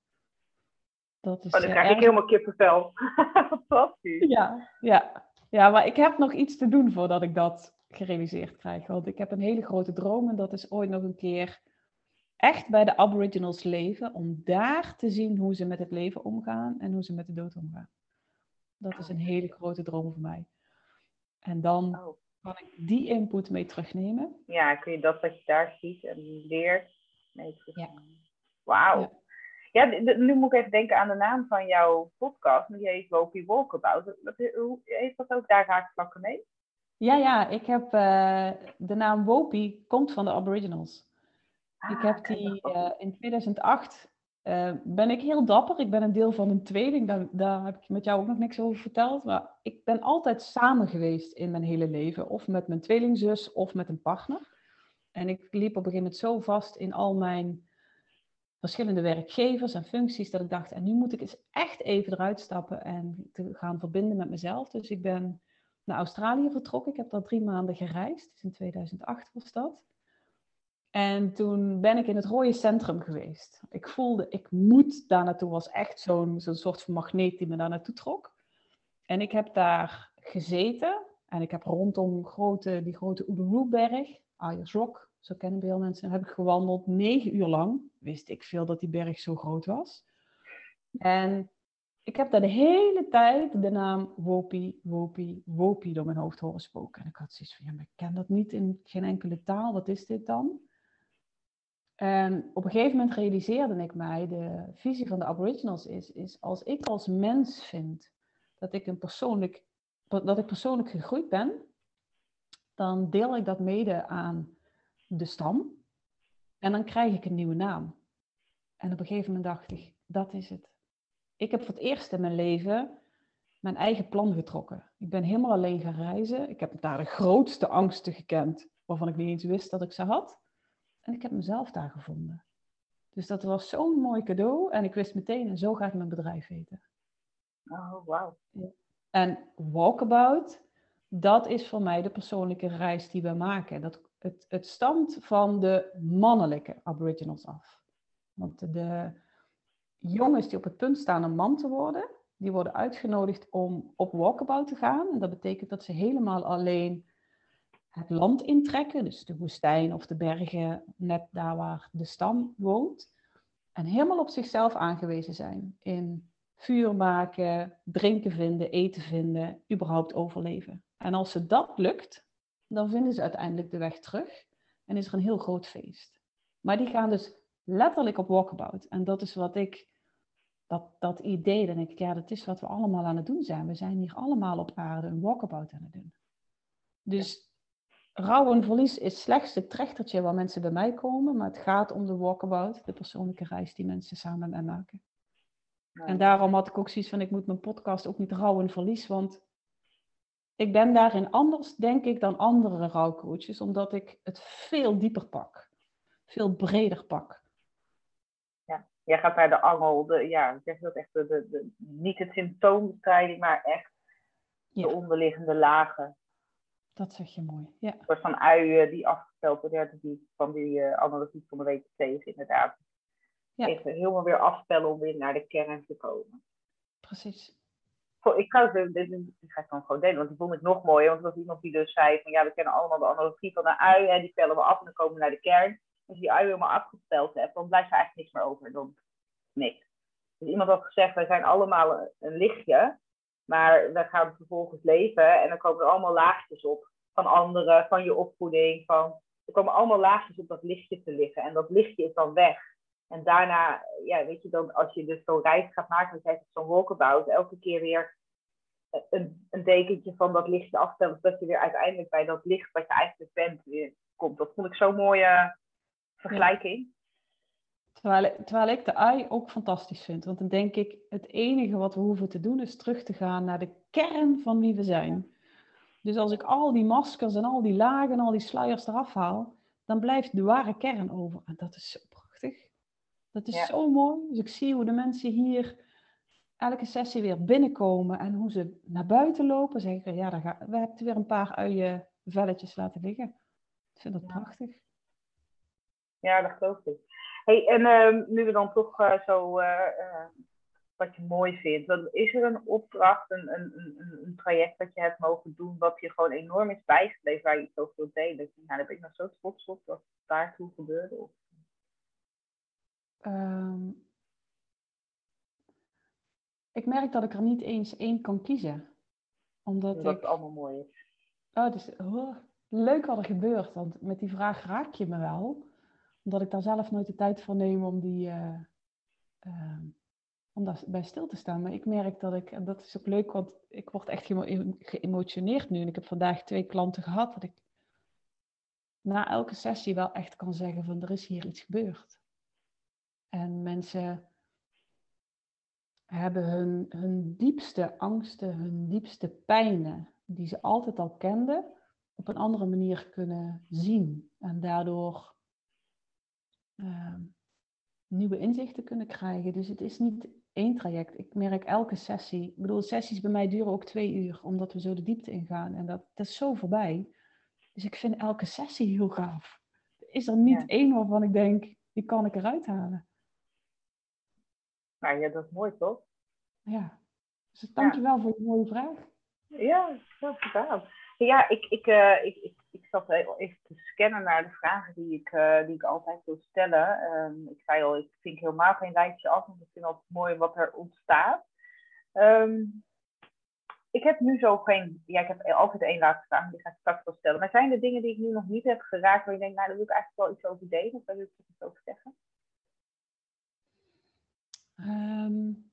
Dat is, oh, dan krijg uh, ik erg... helemaal kippenvel. Fantastisch. Ja, ja. Ja, maar ik heb nog iets te doen voordat ik dat gerealiseerd krijg. Want ik heb een hele grote droom en dat is ooit nog een keer echt bij de Aboriginals leven. Om daar te zien hoe ze met het leven omgaan en hoe ze met de dood omgaan. Dat is een hele grote droom voor mij. En dan oh. kan ik die input mee terugnemen. Ja, kun je dat wat je daar ziet en leert mee terugnemen. Ja. Wauw. Ja. Ja, d- nu moet ik even denken aan de naam van jouw podcast. Die heet Wopi Walkabout. Hoe heeft dat ook daar raakvlakken mee? Ja, ja. Ik heb uh, de naam Wopi komt van de Aboriginals. Ah, ik heb die uh, in tweeduizend acht uh, ben ik heel dapper. Ik ben een deel van een tweeling. Daar, daar heb ik met jou ook nog niks over verteld. Maar ik ben altijd samen geweest in mijn hele leven. Of met mijn tweelingzus of met een partner. En ik liep op een gegeven moment zo vast in al mijn verschillende werkgevers en functies, dat ik dacht, en nu moet ik eens echt even eruit stappen en te gaan verbinden met mezelf. Dus ik ben naar Australië vertrokken. Ik heb daar drie maanden gereisd. Dus in tweeduizend acht was dat. En toen ben ik in het rode centrum geweest. Ik voelde, ik moet daar naartoe. Was echt zo'n, zo'n soort van magneet die me daar naartoe trok. En ik heb daar gezeten. En ik heb rondom grote, die grote Uluru-berg, Ayers Rock, zo kennen veel mensen, heb ik gewandeld negen uur lang. Wist ik veel dat die berg zo groot was. En ik heb daar de hele tijd de naam Wopi, Wopi, Wopi door mijn hoofd horen spoken. En ik had zoiets van, ja, maar ik ken dat niet in geen enkele taal. Wat is dit dan? En op een gegeven moment realiseerde ik mij, de visie van de Aboriginals is, is als ik als mens vind dat ik, een persoonlijk, dat ik persoonlijk gegroeid ben, dan deel ik dat mede aan de stam en dan krijg ik een nieuwe naam. En op een gegeven moment dacht ik, dat is het. Ik heb voor het eerst in mijn leven mijn eigen plan getrokken. Ik ben helemaal alleen gaan reizen. Ik heb daar de grootste angsten gekend, waarvan ik niet eens wist dat ik ze had. En ik heb mezelf daar gevonden. Dus dat was zo'n mooi cadeau. En ik wist meteen, en zo gaat mijn bedrijf heten. Oh, wauw. Ja. En Walkabout, dat is voor mij de persoonlijke reis die we maken. Dat, het, het stamt van de mannelijke Aboriginals af. Want de jongens die op het punt staan een man te worden, die worden uitgenodigd om op Walkabout te gaan. En dat betekent dat ze helemaal alleen het land intrekken, dus de woestijn of de bergen, net daar waar de stam woont. En helemaal op zichzelf aangewezen zijn in vuur maken, drinken vinden, eten vinden, überhaupt overleven. En als ze dat lukt, dan vinden ze uiteindelijk de weg terug en is er een heel groot feest. Maar die gaan dus letterlijk op walkabout. En dat is wat ik, dat, dat idee, dan denk ik, ja, dat is wat we allemaal aan het doen zijn. We zijn hier allemaal op aarde een walkabout aan het doen. Dus rouw en verlies is slechts het trechtertje waar mensen bij mij komen, maar het gaat om de walkabout, de persoonlijke reis die mensen samen met mij maken. Ja. En daarom had ik ook zoiets van, ik moet mijn podcast ook niet rouw en verlies, want ik ben daarin anders, denk ik, dan andere rouwcoaches, omdat ik het veel dieper pak, veel breder pak. Ja, jij gaat naar de angel, de, ja, zeg dat echt, de, de, de, niet het symptoombestrijding, maar echt de Ja, onderliggende lagen. dat zeg je mooi. Ja. Een soort van ui die afgesteld wordt. Ja, die, van die uh, analytiek van de W T C is inderdaad. Ja. Even helemaal weer afspellen om weer naar de kern te komen. Precies. Ik ga, dit, dit, dit ga ik dan gewoon delen, want die vond ik nog mooier. Want er was iemand die dus zei van ja, we kennen allemaal de analogie van een ui. En die spellen we af en dan komen we naar de kern. Als je die ui helemaal afgespeld hebt, dan blijft er eigenlijk niks meer over. Dan niks. Dus iemand had gezegd, wij zijn allemaal een, een lichtje. Maar we gaan vervolgens leven en dan komen er allemaal laagjes op. Van anderen, van je opvoeding. Van, er komen allemaal laagjes op dat lichtje te liggen. En dat lichtje is dan weg. En daarna, ja, weet je, dan, als je dus zo'n reis gaat maken, dan krijg je zo'n walkabout, elke keer weer een, een dekentje van dat lichtje afstellen, zodat je weer uiteindelijk bij dat licht wat je eigenlijk bent weer komt. Dat vond ik zo'n mooie vergelijking. Ja. Terwijl, terwijl ik de ui ook fantastisch vind. Want dan denk ik, het enige wat we hoeven te doen is terug te gaan naar de kern van wie we zijn. Dus als ik al die maskers en al die lagen en al die sluiers eraf haal, dan blijft de ware kern over. En dat is zo prachtig. Dat is ja. zo mooi. Dus ik zie hoe de mensen hier elke sessie weer binnenkomen en hoe ze naar buiten lopen. Zeg ik, ja, dan ga, we hebben weer een paar uien velletjes laten liggen. Ik vind dat ja. prachtig. Ja, dat geloof ik. Hey, en uh, nu we dan toch uh, zo uh, uh, wat je mooi vindt, dan is er een opdracht, een, een, een, een traject dat je hebt mogen doen, wat je gewoon enorm is bijgebleven, waar je iets over wilt delen? Nou, daar ben ik nog zo trots op dat daartoe gebeurde. Of... Um, ik merk dat ik er niet eens één kan kiezen. Omdat dat ik... het allemaal mooi is. Oh, dus, oh, leuk wat er gebeurt, want met die vraag raak je me wel. Omdat ik daar zelf nooit de tijd voor neem om die... Uh, uh, om daar bij stil te staan. Maar ik merk dat ik, en dat is ook leuk, want ik word echt gemo- geëmotioneerd nu. En ik heb vandaag twee klanten gehad, dat ik na elke sessie wel echt kan zeggen van, er is hier iets gebeurd. En mensen hebben hun, hun diepste angsten, hun diepste pijnen, die ze altijd al kenden, op een andere manier kunnen zien. En daardoor uh, nieuwe inzichten kunnen krijgen. Dus het is niet één traject. Ik merk elke sessie. Ik bedoel, sessies bij mij duren ook twee uur, omdat we zo de diepte ingaan. En dat, dat is zo voorbij. Dus ik vind elke sessie heel gaaf. Is er niet ja. één waarvan ik denk, die kan ik eruit halen? Nou ja, dat is mooi toch? Ja. Dus dank je wel ja. voor je mooie vraag. Ja, heel gedaan. Ja, ik, ik, uh, ik, ik, ik zat even te scannen naar de vragen die ik, uh, die ik altijd wil stellen. Um, ik zei al, ik vind helemaal geen lijstje af, want ik vind het altijd mooi wat er ontstaat. Um, ik heb nu zo geen... Ja, ik heb altijd één laatste vraag, die ga ik straks wel stellen. Maar zijn er dingen die ik nu nog niet heb geraakt, waar je denkt, nou, daar wil ik eigenlijk wel iets over delen? Of daar wil ik iets over zeggen? Um...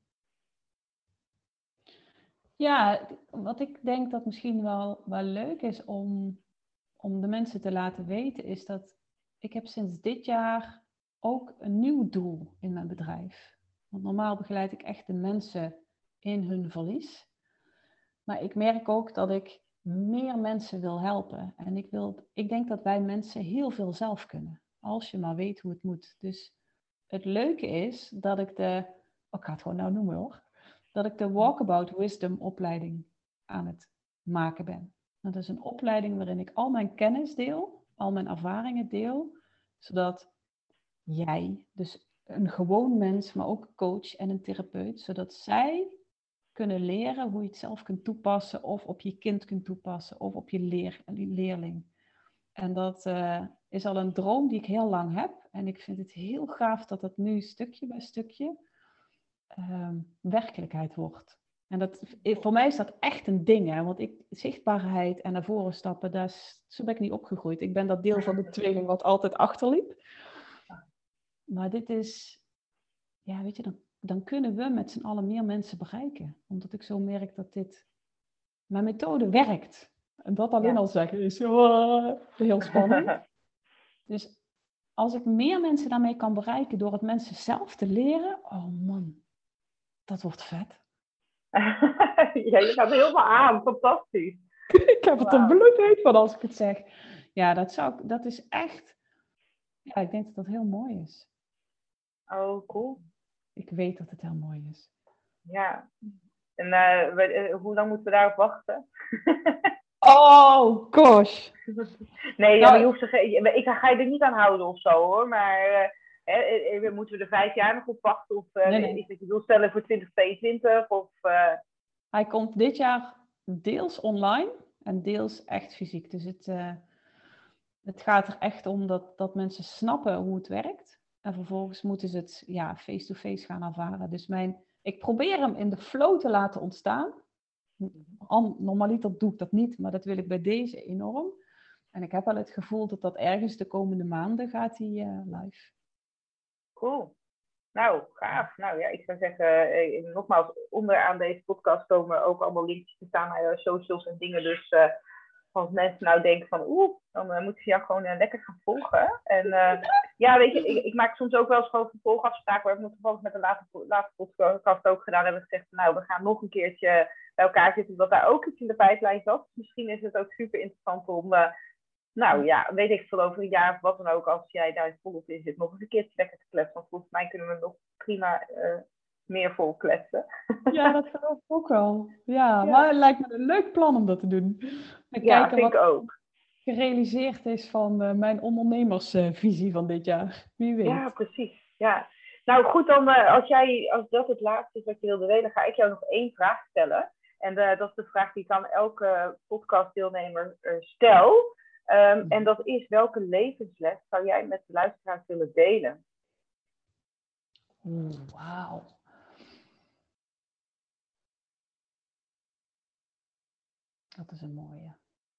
Ja, wat ik denk dat misschien wel, wel leuk is om, om de mensen te laten weten, is dat ik heb sinds dit jaar ook een nieuw doel in mijn bedrijf. Want normaal begeleid ik echt de mensen in hun verlies. Maar ik merk ook dat ik meer mensen wil helpen. En ik, wil, ik denk dat wij mensen heel veel zelf kunnen, als je maar weet hoe het moet. Dus het leuke is dat ik de, oh, ik ga het gewoon nou noemen hoor. Dat ik de Walkabout Wisdom opleiding aan het maken ben. Dat is een opleiding waarin ik al mijn kennis deel, al mijn ervaringen deel, zodat jij, dus een gewoon mens, maar ook een coach en een therapeut, zodat zij kunnen leren hoe je het zelf kunt toepassen of op je kind kunt toepassen of op je leer, leerling. En dat uh, is al een droom die ik heel lang heb. En ik vind het heel gaaf dat dat nu stukje bij stukje Um, werkelijkheid wordt. En dat, voor mij is dat echt een ding, hè? Want ik, zichtbaarheid en naar voren stappen, daar is, zo ben ik niet opgegroeid. Ik ben dat deel van de tweeling wat altijd achterliep. Maar dit is, ja, weet je, dan, dan kunnen we met z'n allen meer mensen bereiken. Omdat ik zo merk dat dit, mijn methode werkt. En dat alleen ja. al zeggen is oh, heel spannend. Dus als ik meer mensen daarmee kan bereiken door het mensen zelf te leren, oh man. Dat wordt vet. Ja, je gaat heel veel aan. Fantastisch. Ik heb het wow. er bloedheet van als ik het zeg. Ja, dat, zou, dat is echt... Ja, ik denk dat dat heel mooi is. Oh, cool. Ik weet dat het heel mooi is. Ja. En uh, we, uh, hoe lang moeten we daarop wachten? Oh, gosh. Nee, ja, maar je hoeft er, ik ga je er niet aan houden of zo hoor. Maar uh, uh, moeten we er vijf jaar nog op wachten? Of uh, nee, nee. Is dat je doelstelling voor twintig tweeëntwintig? Of, uh... Hij komt dit jaar deels online en deels echt fysiek. Dus het, uh, het gaat er echt om dat, dat mensen snappen hoe het werkt. En vervolgens moeten ze het ja, face-to-face gaan ervaren. Dus mijn, ik probeer hem in de flow te laten ontstaan. Normaliter doe ik dat niet, maar dat wil ik bij deze enorm. En ik heb wel het gevoel dat dat ergens de komende maanden gaat die uh, live. Cool. Nou, gaaf. Nou ja, ik zou zeggen, eh, nogmaals, onderaan deze podcast komen ook allemaal linkjes te staan naar uh, socials en dingen. Dus uh, als mensen nou denken van, oeh, dan uh, moeten ze jou gewoon uh, lekker gaan volgen. En uh, ja, weet je, ik, ik maak soms ook wel eens gewoon vervolgafspraken. We hebben toevallig met de laatste, laatste podcast ook gedaan. Hebben we gezegd, nou, we gaan nog een keertje bij elkaar zitten, dat daar ook iets in de pijplijn zat. Misschien is het ook super interessant om... Uh, Nou ja, weet ik veel over een jaar of wat dan ook, als jij daar volop in zit, nog eens een keertje lekker te kletsen. Want volgens mij kunnen we nog prima uh, meer vol kletsen. Ja, dat geloof ik ook wel. Ja, ja, maar het lijkt me een leuk plan om dat te doen. En ja, kijken vind wat ik ook. gerealiseerd is van uh, mijn ondernemersvisie van dit jaar. Wie weet. Ja, precies. Ja. Nou goed, dan uh, als, jij, als dat het laatste is wat je wilde weten, ga ik jou nog één vraag stellen. En uh, dat is de vraag die ik aan elke podcastdeelnemer uh, stel. Um, en dat is, welke levensles zou jij met de luisteraars willen delen? Oeh, wauw. Dat is een mooie.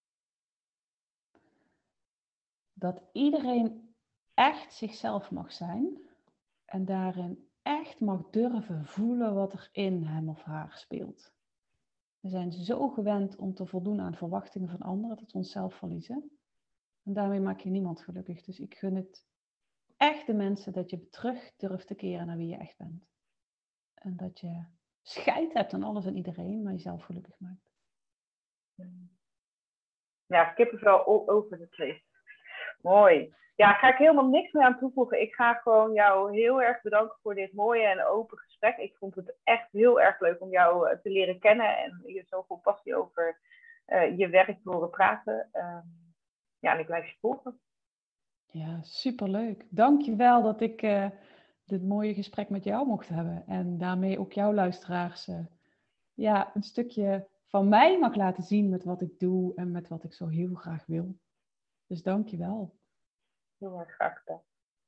Dat iedereen echt zichzelf mag zijn. En daarin echt mag durven voelen wat er in hem of haar speelt. We zijn zo gewend om te voldoen aan verwachtingen van anderen, dat we onszelf verliezen. En daarmee maak je niemand gelukkig. Dus ik gun het echt de mensen dat je terug durft te keren naar wie je echt bent. En dat je scheid hebt aan alles en iedereen, maar jezelf gelukkig maakt. Ja, kippenvel over de twee. Mooi. Ja, ga ik helemaal niks meer aan toevoegen. Ik ga gewoon jou heel erg bedanken voor dit mooie en open gesprek. Ik vond het echt heel erg leuk om jou te leren kennen en je zoveel passie over uh, je werk te horen praten. Uh, ja, en ik blijf je volgen. Ja, superleuk. Dank je wel dat ik uh, dit mooie gesprek met jou mocht hebben. En daarmee ook jouw luisteraars uh, ja, een stukje van mij mag laten zien met wat ik doe en met wat ik zo heel graag wil. Dus dank je wel. Heel erg graag gedaan.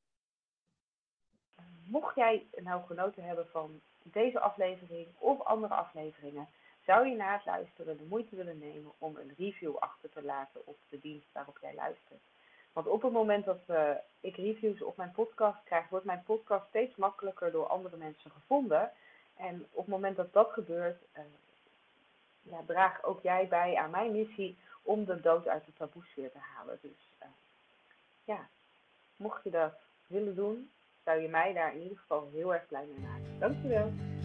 Mocht jij nou genoten hebben van deze aflevering of andere afleveringen, zou je na het luisteren de moeite willen nemen om een review achter te laten op de dienst waarop jij luistert. Want op het moment dat uh, ik reviews op mijn podcast krijg, wordt mijn podcast steeds makkelijker door andere mensen gevonden. En op het moment dat dat gebeurt, uh, ja, draag ook jij bij aan mijn missie om de dood uit de taboesfeer te halen. Dus uh, ja, mocht je dat willen doen, zou je mij daar in ieder geval heel erg blij mee maken. Dankjewel.